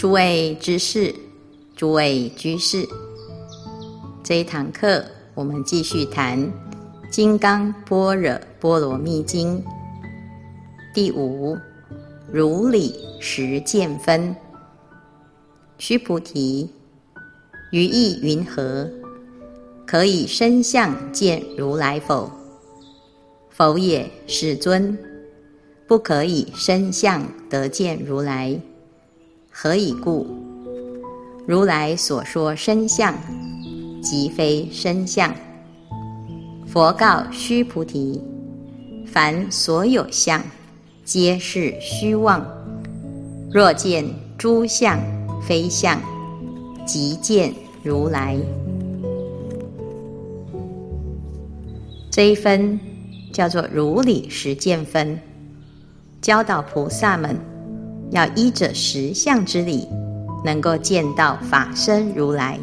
诸位知士，诸位居士，这一堂课我们继续谈《金刚般若波罗蜜经》第5，如理实见分。须菩提，于意云何？可以身相见如来否？否也，世尊，不可以身相得见如来。何以故？如来所说身相，即非身相。佛告须菩提：凡所有相，皆是虚妄。若见诸相非相，即见如来。这一分叫做如理实见分，教导菩萨们要依着实相之理，能够见到法身如来。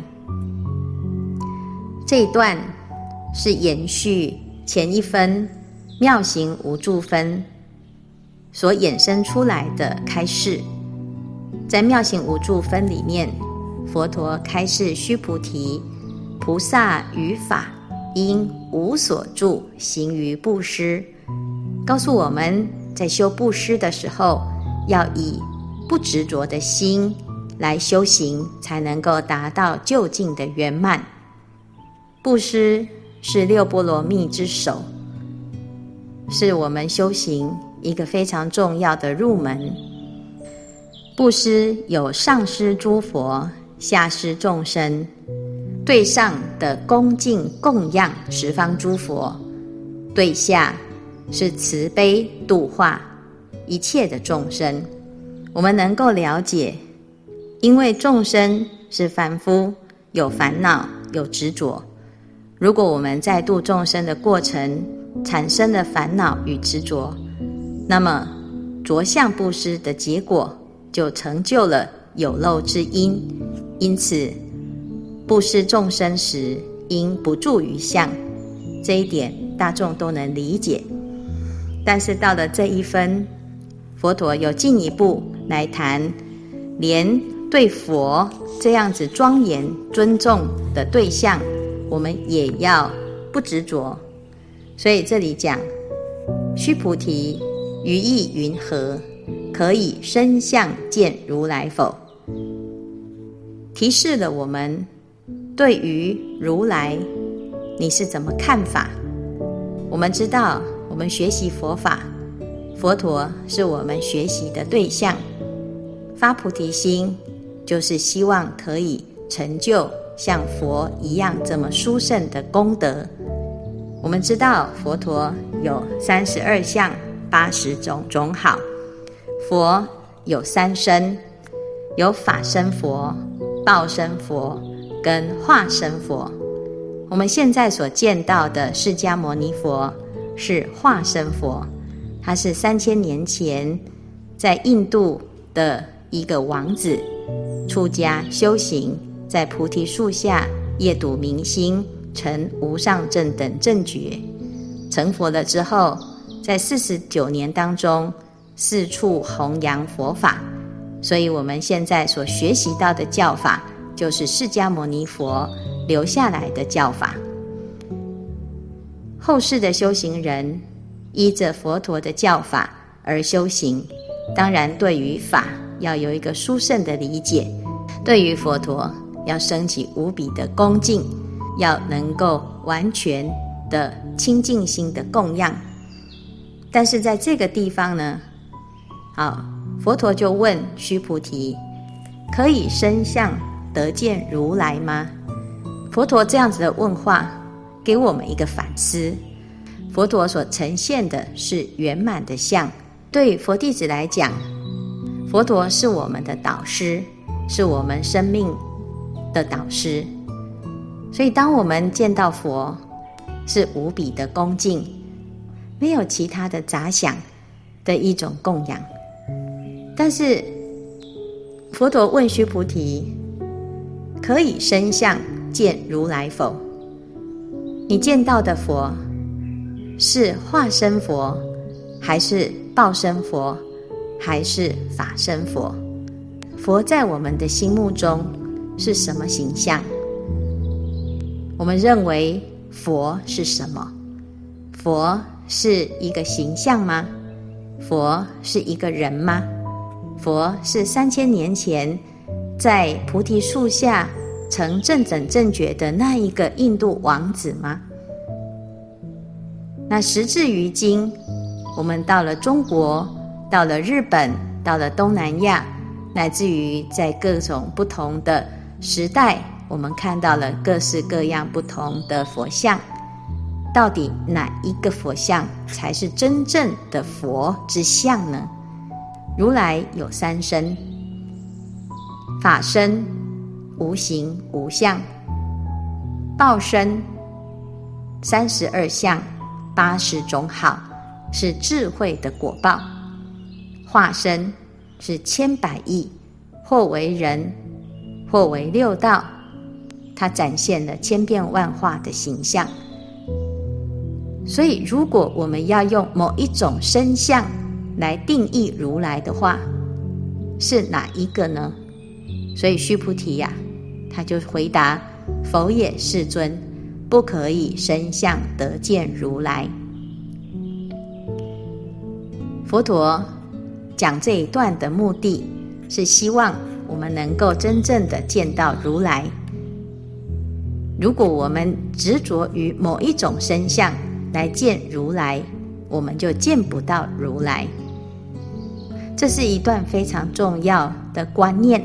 这一段是延续前一分妙行无住分所衍生出来的开示。在妙行无住分里面，佛陀开示须菩提，菩萨于法应无所住，行于布施，告诉我们在修布施的时候，要以不执着的心来修行，才能够达到究竟的圆满。布施是6波罗蜜之首，是我们修行一个非常重要的入门。布施有上施诸佛，下施众生，对上的恭敬供养十方诸佛，对下是慈悲度化一切的众生。我们能够了解，因为众生是凡夫，有烦恼，有执着。如果我们在度众生的过程产生了烦恼与执着，那么着相布施的结果就成就了有漏之因。因此布施众生时应不住于相，这一点大众都能理解。但是到了这一分，佛陀有进一步来谈，连对佛这样子庄严尊重的对象，我们也要不执着。所以这里讲，须菩提，于意云何？可以身相见如来否？提示了我们对于如来你是怎么看法。我们知道，我们学习佛法，佛陀是我们学习的对象，发菩提心就是希望可以成就像佛一样这么殊胜的功德。我们知道佛陀有32相80种好，佛有3身，有法身佛、报身佛跟化身佛。我们现在所见到的释迦牟尼佛是化身佛，他是3000年前在印度的一个王子出家修行，在菩提树下夜睹明星，成无上正等正觉。成佛了之后，在49年当中四处弘扬佛法，所以我们现在所学习到的教法就是释迦牟尼佛留下来的教法。后世的修行人依着佛陀的教法而修行，当然对于法要有一个殊胜的理解，对于佛陀要升起无比的恭敬，要能够完全的清净心的供养。但是在这个地方呢，佛陀就问须菩提，可以身相得见如来吗？佛陀这样子的问话给我们一个反思。佛陀所呈现的是圆满的相，对佛弟子来讲，佛陀是我们的导师，是我们生命的导师。所以当我们见到佛，是无比的恭敬，没有其他的杂想的一种供养。但是佛陀问须菩提，可以身相见如来否？你见到的佛是化身佛，还是报身佛，还是法身佛？ 佛在我们的心目中是什么形象？我们认为佛是什么？佛是一个形象吗？佛是一个人吗？佛是3000年前在菩提树下曾正等正觉的那一个印度王子吗？那时至于今，我们到了中国，到了日本，到了东南亚，乃至于在各种不同的时代，我们看到了各式各样不同的佛像。到底哪一个佛像才是真正的佛之相呢？如来有3身：法身、无形无相；报身、32相、80种好，是智慧的果报；化身是千百亿，或为人，或为六道，它展现了千变万化的形象。所以如果我们要用某一种身相来定义如来的话，是哪一个呢？所以须菩提呀，他就回答：否也，世尊，不可以身相得见如来。佛陀讲这一段的目的是希望我们能够真正的见到如来。如果我们执着于某一种身相来见如来，我们就见不到如来。这是一段非常重要的观念。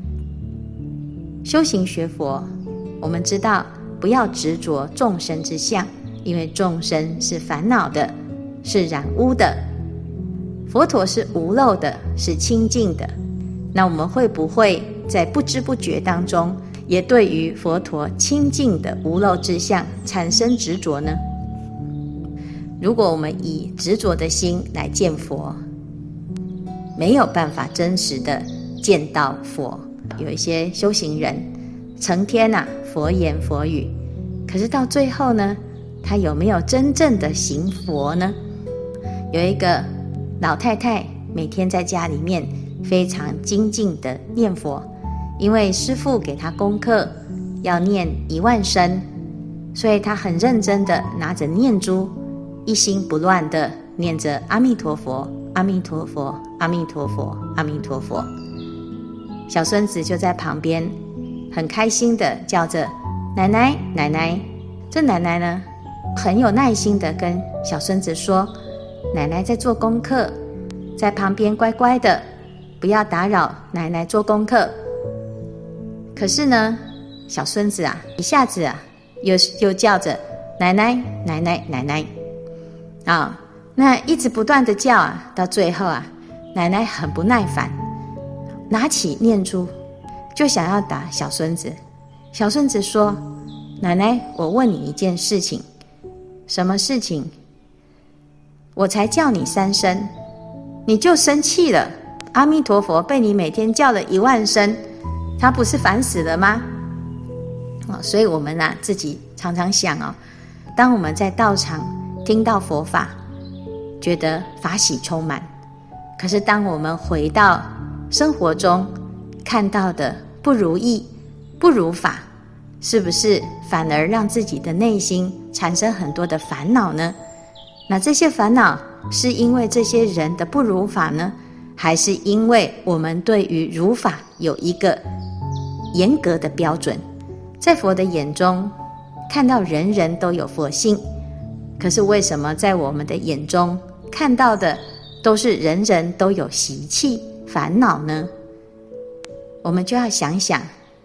修行学佛，我们知道不要执着众生之相，因为众生是烦恼的，是染污的。佛陀是无漏的，是清净的。那我们会不会在不知不觉当中，也对于佛陀清净的无漏之相产生执着呢？如果我们以执着的心来见佛，没有办法真实的见到佛。有一些修行人成天佛言佛语，可是到最后呢，他有没有真正的行佛呢？有一个老太太每天在家里面非常精进的念佛，因为师父给她功课要念10000声，所以她很认真的拿着念珠，一心不乱的念着阿弥陀佛，阿弥陀佛，阿弥陀佛，阿弥陀佛。小孙子就在旁边很开心的叫着奶奶奶奶。这奶奶呢很有耐心的跟小孙子说，奶奶在做功课，在旁边乖乖的，不要打扰奶奶做功课。可是呢，小孙子一下子又叫着奶奶奶奶奶奶那一直不断的叫到最后奶奶很不耐烦，拿起念珠就想要打小孙子。小孙子说，奶奶，我问你一件事情。什么事情？我才叫你3声，你就生气了。阿弥陀佛被你每天叫了10000声，他不是烦死了吗？所以我们自己常常想当我们在道场听到佛法，觉得法喜充满，可是当我们回到生活中看到的不如意、不如法，是不是反而让自己的内心产生很多的烦恼呢？那这些烦恼是因为这些人的不如法呢，还是因为我们对于如法有一个严格的标准？在佛的眼中看到人人都有佛性，可是为什么在我们的眼中看到的都是人人都有习气烦恼呢？我们就要想想，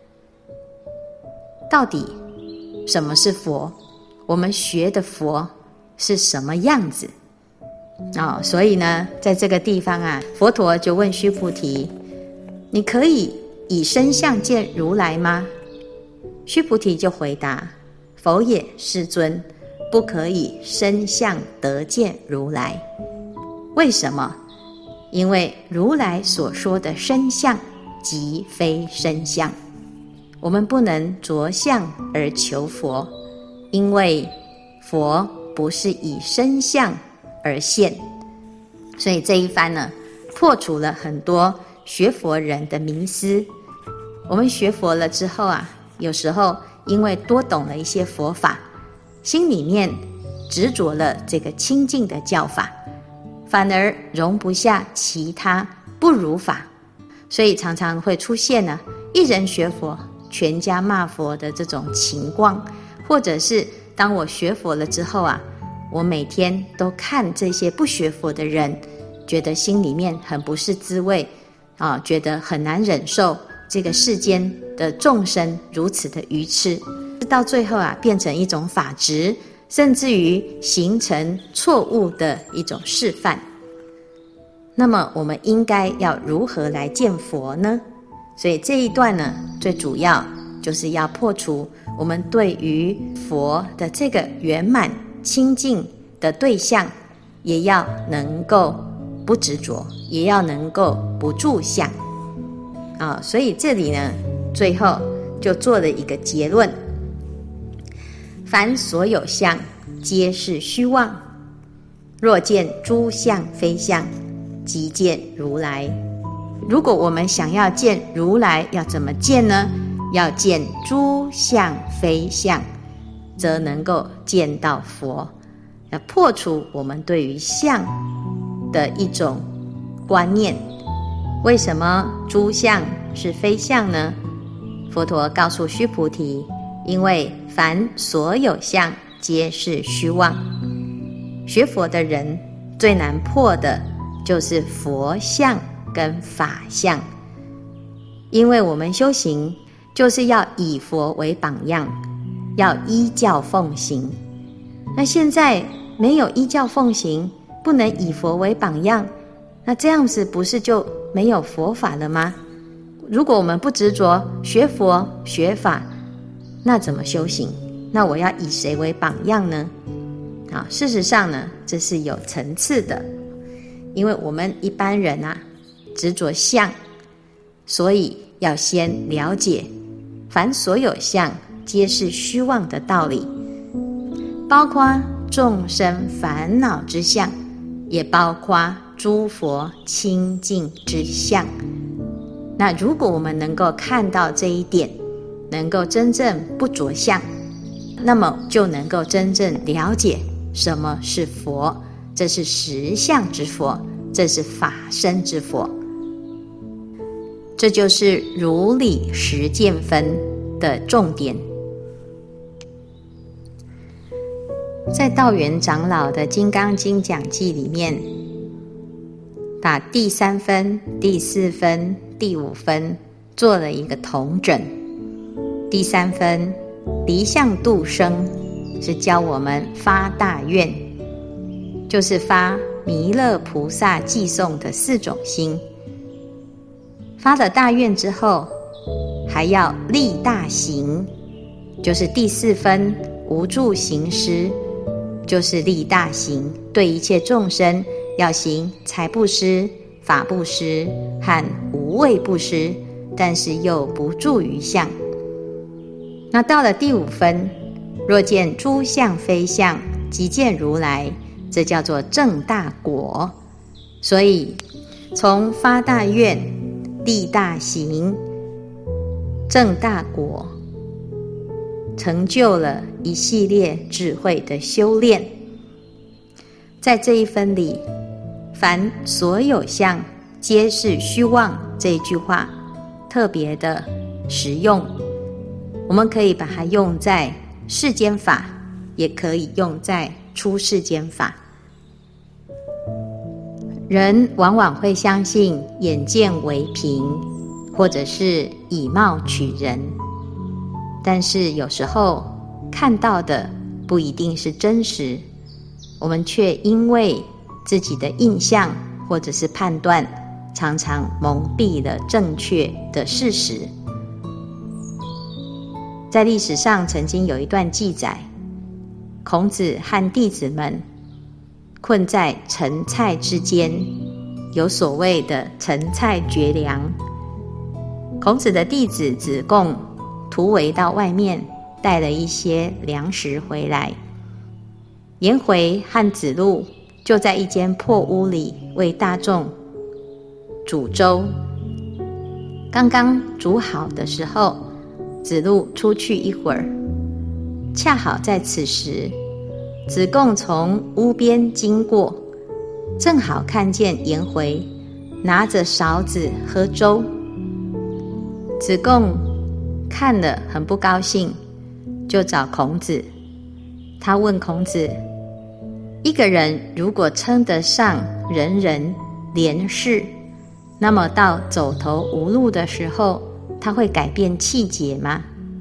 到底什么是佛？我们学的佛是什么样子？所以呢，在这个地方佛陀就问须菩提，你可以以身相见如来吗？须菩提就回答，否也，世尊，不可以身相得见如来。为什么？因为如来所说的身相即非身相，我们不能着相而求佛，因为佛不是以身相而现。所以这一番呢，破除了很多学佛人的迷思。我们学佛了之后啊，有时候因为多懂了一些佛法，心里面执着了这个清净的教法，反而容不下其他不如法，所以常常会出现一人学佛全家骂佛的这种情况。或者是当我学佛了之后啊，我每天都看这些不学佛的人，觉得心里面很不是滋味觉得很难忍受这个世间的众生如此的愚痴，到最后啊变成一种法执，甚至于形成错误的一种示范。那么我们应该要如何来见佛呢？所以这一段呢，最主要就是要破除我们对于佛的这个圆满清净的对象，也要能够不执着，也要能够不住相所以这里呢，最后就做了一个结论：凡所有相，皆是虚妄。若见诸相非相，即见如来。如果我们想要见如来，要怎么见呢？要见诸相非相，则能够见到佛。要破除我们对于相的一种观念。为什么诸相是非相呢？佛陀告诉须菩提，因为凡所有相皆是虚妄。学佛的人最难破的就是佛相跟法相，因为我们修行就是要以佛为榜样，要依教奉行。那现在没有依教奉行，不能以佛为榜样，那这样子不是就没有佛法了吗？如果我们不执着学佛学法，那怎么修行？那我要以谁为榜样呢？事实上呢，这是有层次的。因为我们一般人执着相，所以要先了解凡所有相皆是虚妄的道理，包括众生烦恼之相，也包括诸佛清净之相。那如果我们能够看到这一点，能够真正不着相，那么就能够真正了解什么是佛。这是实相之佛，这是法身之佛。这就是如理实见分的重点。在道元长老的《金刚经讲记》里面，把第3分、第4分、第5分做了一个统整。第3分离相度生，是教我们发大愿，就是发弥勒菩萨偈颂的4种心。发了大愿之后，还要立大行，就是第4分无住行施，就是立大行，对一切众生要行财布施、法布施和无畏布施，但是又不住于相。那到了第5分，若见诸相非相，即见如来，这叫做正大果。所以从发大愿、立大行、正大果，成就了一系列智慧的修炼。在这一分里，凡所有相皆是虚妄，这一句话特别的实用。我们可以把它用在世间法，也可以用在出世间法。人往往会相信眼见为凭，或者是以貌取人，但是有时候看到的不一定是真实，我们却因为自己的印象或者是判断，常常蒙蔽了正确的事实。在历史上曾经有一段记载，孔子和弟子们困在陈蔡之间，有所谓的陈蔡绝粮。孔子的弟子子贡突围到外面，带了一些粮食回来。颜回和子路就在一间破屋里为大众煮粥， 刚刚煮好的时候，子路出去一会儿，恰好在此时，子贡从屋边经过，正好看见颜回拿着勺子喝粥。子贡看了很不高兴，就找孔子。他问孔子，一个人如果称得上人人廉士，那么到走投无路的时候，他会改变气节吗？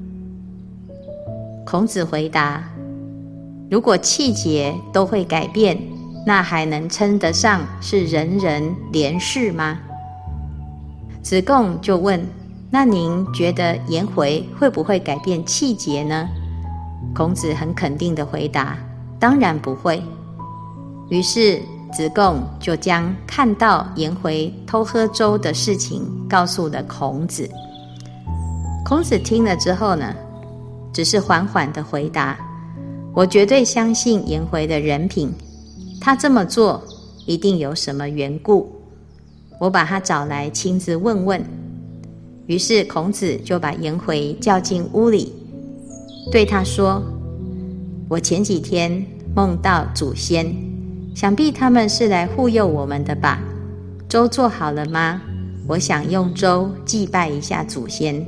孔子回答，如果气节都会改变，那还能称得上是人人廉士吗？子贡就问，那您觉得颜回会不会改变气节呢？孔子很肯定地回答，当然不会。于是子贡就将看到颜回偷喝粥的事情告诉了孔子。孔子听了之后呢，只是缓缓地回答，我绝对相信颜回的人品，他这么做一定有什么缘故，我把他找来亲自问问。于是孔子就把颜回叫进屋里，对他说，我前几天梦到祖先，想必他们是来护佑我们的吧？粥做好了吗？我想用粥祭拜一下祖先。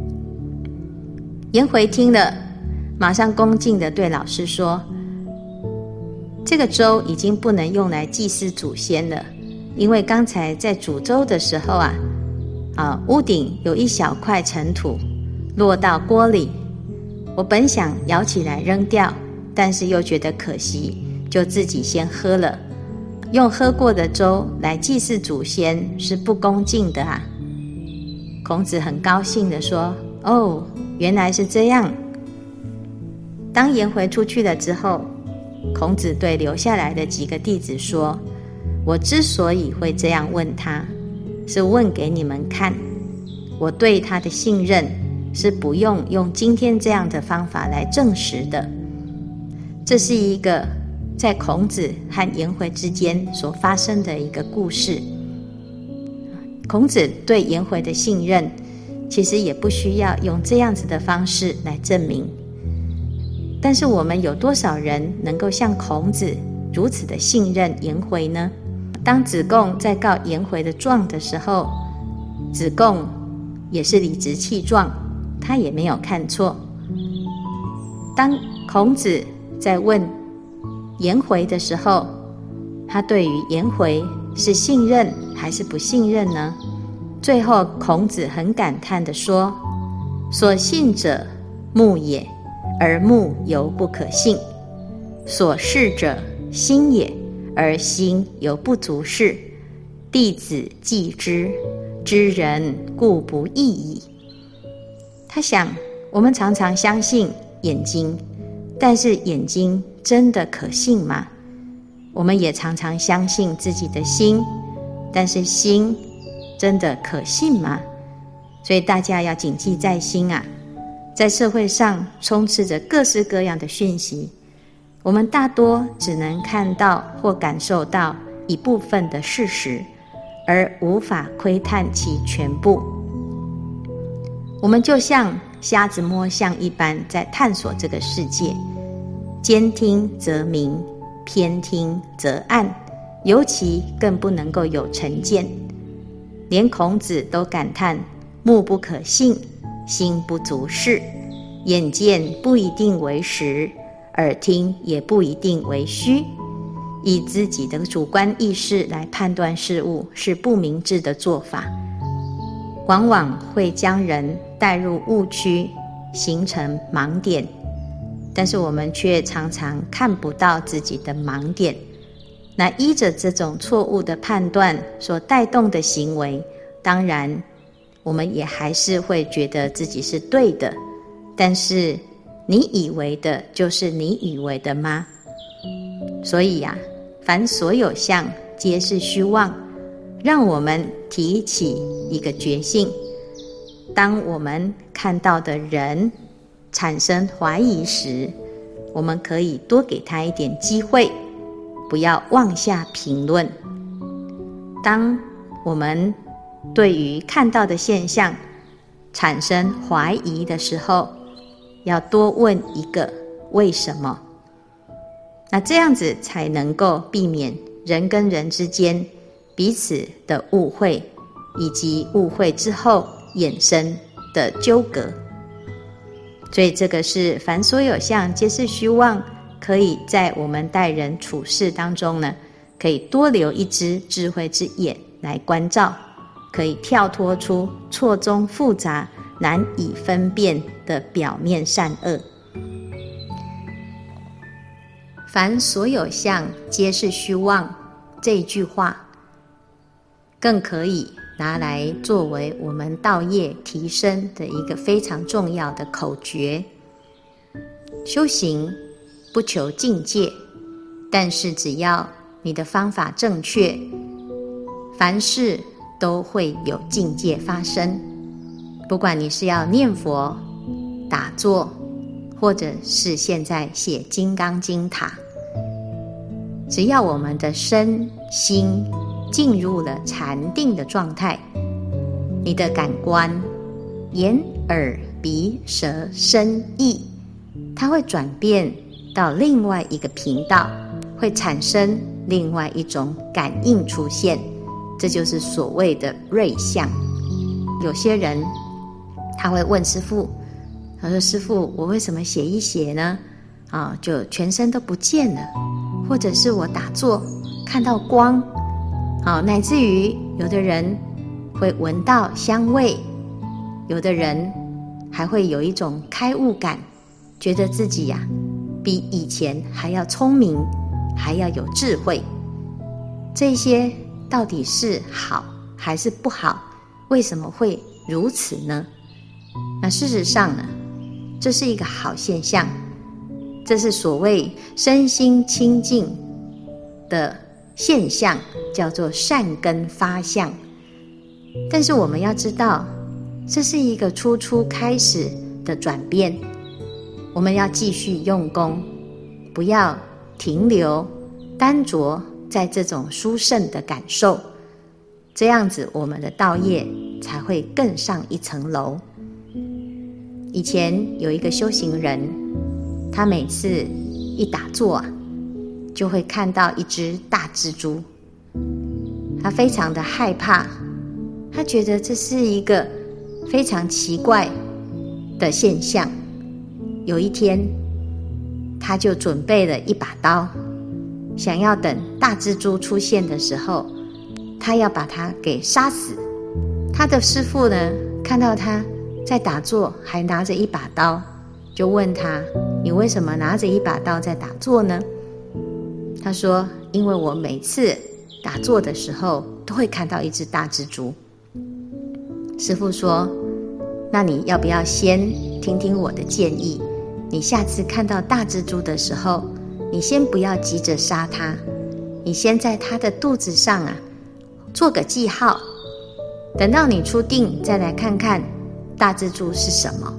颜回听了，马上恭敬地对老师说，这个粥已经不能用来祭祀祖先了，因为刚才在煮粥的时候屋顶有一小块尘土落到锅里，我本想舀起来扔掉，但是又觉得可惜，就自己先喝了。用喝过的粥来祭祀祖先是不恭敬的啊。孔子很高兴地说，哦，原来是这样。当颜回出去了之后，孔子对留下来的几个弟子说，我之所以会这样问他，是问给你们看，我对他的信任是不用今天这样的方法来证实的。这是一个在孔子和颜回之间所发生的一个故事。孔子对颜回的信任，其实也不需要用这样子的方式来证明。但是我们有多少人能够像孔子如此的信任颜回呢？当子贡在告颜回的状的时候，子贡也是理直气壮，他也没有看错。当孔子在问颜回的时候，他对于颜回是信任还是不信任呢？最后孔子很感叹地说，所信者目也，而目犹不可信；所视者心也，而心犹不足视。弟子既之，知人故不异矣。他想，我们常常相信眼睛，但是眼睛真的可信吗？我们也常常相信自己的心，但是心真的可信吗？所以大家要谨记在心啊！在社会上充斥着各式各样的讯息，我们大多只能看到或感受到一部分的事实，而无法窥探其全部。我们就像瞎子摸象一般，在探索这个世界。兼听则明，偏听则暗，尤其更不能够有成见。连孔子都感叹，目不可信，心不足视，眼见不一定为实，耳听也不一定为虚。以自己的主观意识来判断事物，是不明智的做法，往往会将人带入误区，形成盲点。但是我们却常常看不到自己的盲点，那依着这种错误的判断所带动的行为，当然我们也还是会觉得自己是对的。但是你以为的就是你以为的吗？所以凡所有相皆是虚妄，让我们提起一个决心，当我们看到的人产生怀疑时，我们可以多给他一点机会，不要妄下评论。当我们对于看到的现象产生怀疑的时候，要多问一个为什么。那这样子才能够避免人跟人之间彼此的误会，以及误会之后衍生的纠葛。所以这个是凡所有相皆是虚妄，可以在我们待人处事当中呢，可以多留一只智慧之眼来关照，可以跳脱出错综复杂难以分辨的表面善恶。凡所有相皆是虚妄，这一句话更可以拿来作为我们道业提升的一个非常重要的口诀。修行不求境界，但是只要你的方法正确，凡事都会有境界发生。不管你是要念佛、打坐，或者是现在写金刚经塔，只要我们的身心进入了禅定的状态，你的感官眼耳鼻舌身意，它会转变到另外一个频道，会产生另外一种感应出现，这就是所谓的瑞相。有些人他会问师父，他说师父，我为什么写一写呢就全身都不见了，或者是我打坐看到光乃至于有的人会闻到香味，有的人还会有一种开悟感，觉得自己比以前还要聪明，还要有智慧。这些到底是好还是不好？为什么会如此呢？那事实上呢，这是一个好现象，这是所谓身心清净的现象，叫做善根发相。但是我们要知道，这是一个初开始的转变，我们要继续用功，不要停留单着在这种殊胜的感受，这样子我们的道业才会更上一层楼。以前有一个修行人，他每次一打坐就会看到一只大蜘蛛，他非常的害怕，他觉得这是一个非常奇怪的现象。有一天他就准备了一把刀，想要等大蜘蛛出现的时候，他要把它给杀死。他的师父呢，看到他在打坐还拿着一把刀，就问他，你为什么拿着一把刀在打坐呢？他说，因为我每次打坐的时候都会看到一只大蜘蛛。师父说，那你要不要先听听我的建议，你下次看到大蜘蛛的时候，你先不要急着杀它，你先在它的肚子上做个记号，等到你出定再来看看大蜘蛛是什么。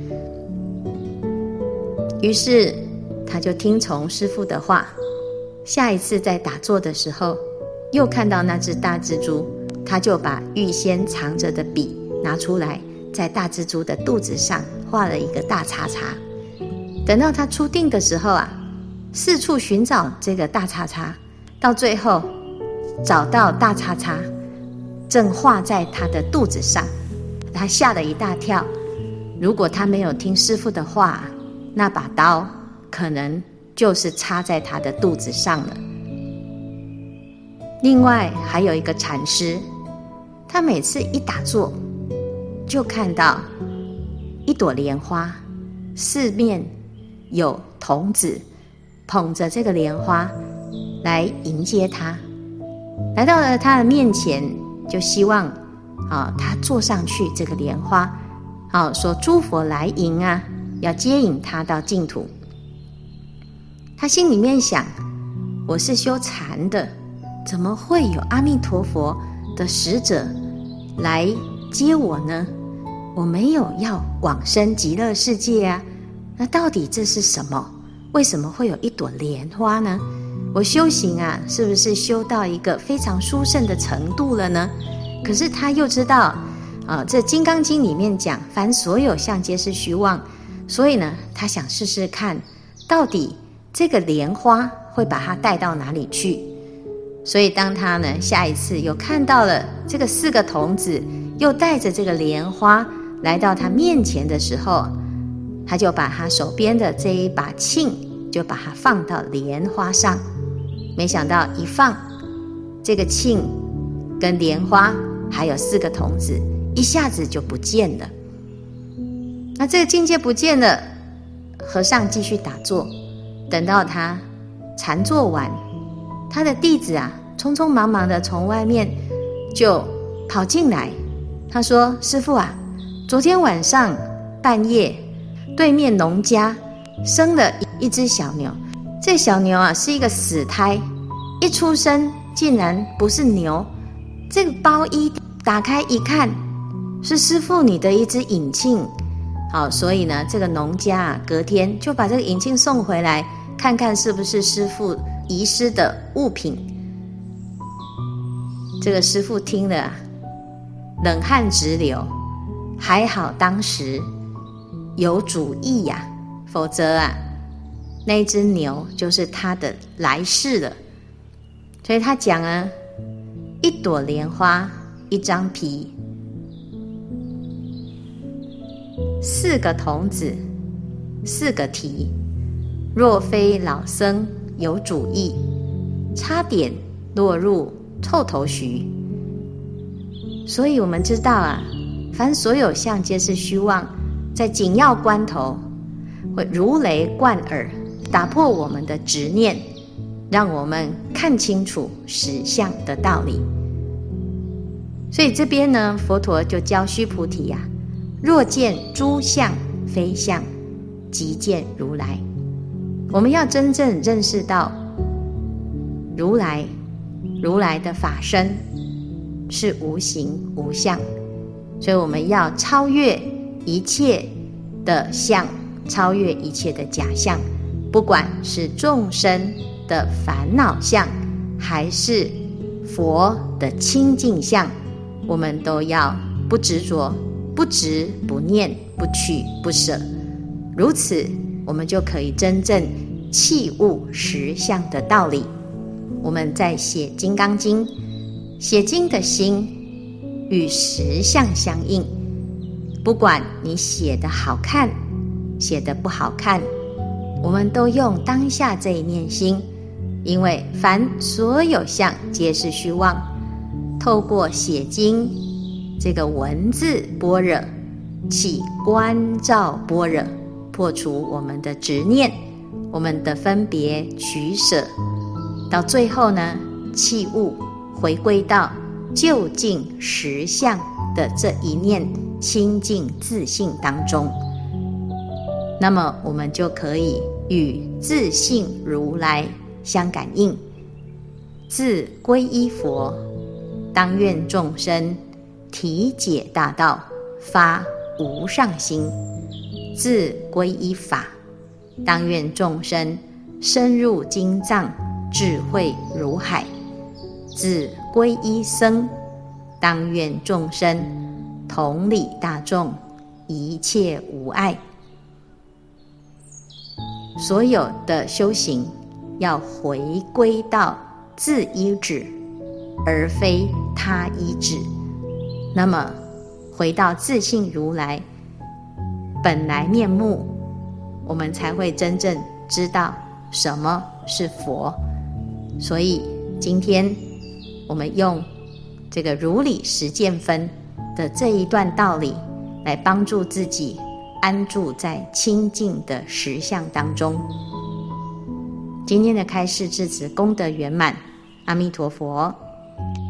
于是他就听从师父的话，下一次在打坐的时候又看到那只大蜘蛛，他就把预先藏着的笔拿出来，在大蜘蛛的肚子上画了一个大叉叉。等到他出定的时候四处寻找这个大叉叉，到最后找到大叉叉正画在他的肚子上，他吓了一大跳。如果他没有听师父的话，那把刀可能就是插在他的肚子上了。另外还有一个禅师，他每次一打坐就看到一朵莲花，四面有童子捧着这个莲花来迎接他，来到了他的面前，就希望他坐上去这个莲花，说诸佛来迎要接引他到净土。他心里面想，我是修禅的，怎么会有阿弥陀佛的使者来接我呢？我没有要往生极乐世界那到底这是什么？为什么会有一朵莲花呢？我修行是不是修到一个非常殊胜的程度了呢？ 可是他又知道这《金刚经》里面讲凡所有相皆是虚妄，所以呢他想试试看到底这个莲花会把他带到哪里去。所以当他呢下一次又看到了这个4个童子又带着这个莲花来到他面前的时候，他就把他手边的这一把磬就把它放到莲花上。没想到一放，这个磬跟莲花还有4个童子一下子就不见了。那这个境界不见了，和尚继续打坐，等到他禅坐完，他的弟子匆匆忙忙的从外面就跑进来。他说：师父昨天晚上半夜对面农家生了一只小牛，这小牛是一个死胎，一出生竟然不是牛。这个包衣打开一看，是师父你的一只引磬。好，所以呢这个农家隔天就把这个引磬送回来，看看是不是师父遗失的物品。这个师父听了冷汗直流，还好当时有主意否则那只牛就是他的来世了。所以他讲一朵莲花一张皮，4个童子4个蹄，若非老僧有主意，差点落入臭头须。所以我们知道凡所有相皆是虚妄，在紧要关头会如雷贯耳，打破我们的执念，让我们看清楚实相的道理。所以这边呢，佛陀就教须菩提若见诸相非相，即见如来。我们要真正认识到如来的法身是无形无相，所以我们要超越一切的相，超越一切的假象，不管是众生的烦恼相，还是佛的清净相，我们都要不执着，不执不念，不取不舍。如此我们就可以真正契悟实相的道理。我们在写《金刚经》，写经的心与实相相应，不管你写得好看写得不好看，我们都用当下这一念心，因为凡所有相皆是虚妄。透过写经这个文字般若，起观照般若，破除我们的执念，我们的分别取舍，到最后呢，契悟回归到究竟实相的这一念清净自性当中，那么我们就可以与自性如来相感应。自皈依佛，当愿众生体解大道，发无上心；自皈依法，当愿众生深入经藏，智慧如海；自皈依僧，当愿众生同理大众，一切无碍。所有的修行要回归到自依止，而非他依止。那么回到自性如来本来面目，我们才会真正知道什么是佛。所以今天我们用这个如理实践分的这一段道理，来帮助自己安住在清净的实相当中。今天的开示至此功德圆满，阿弥陀佛。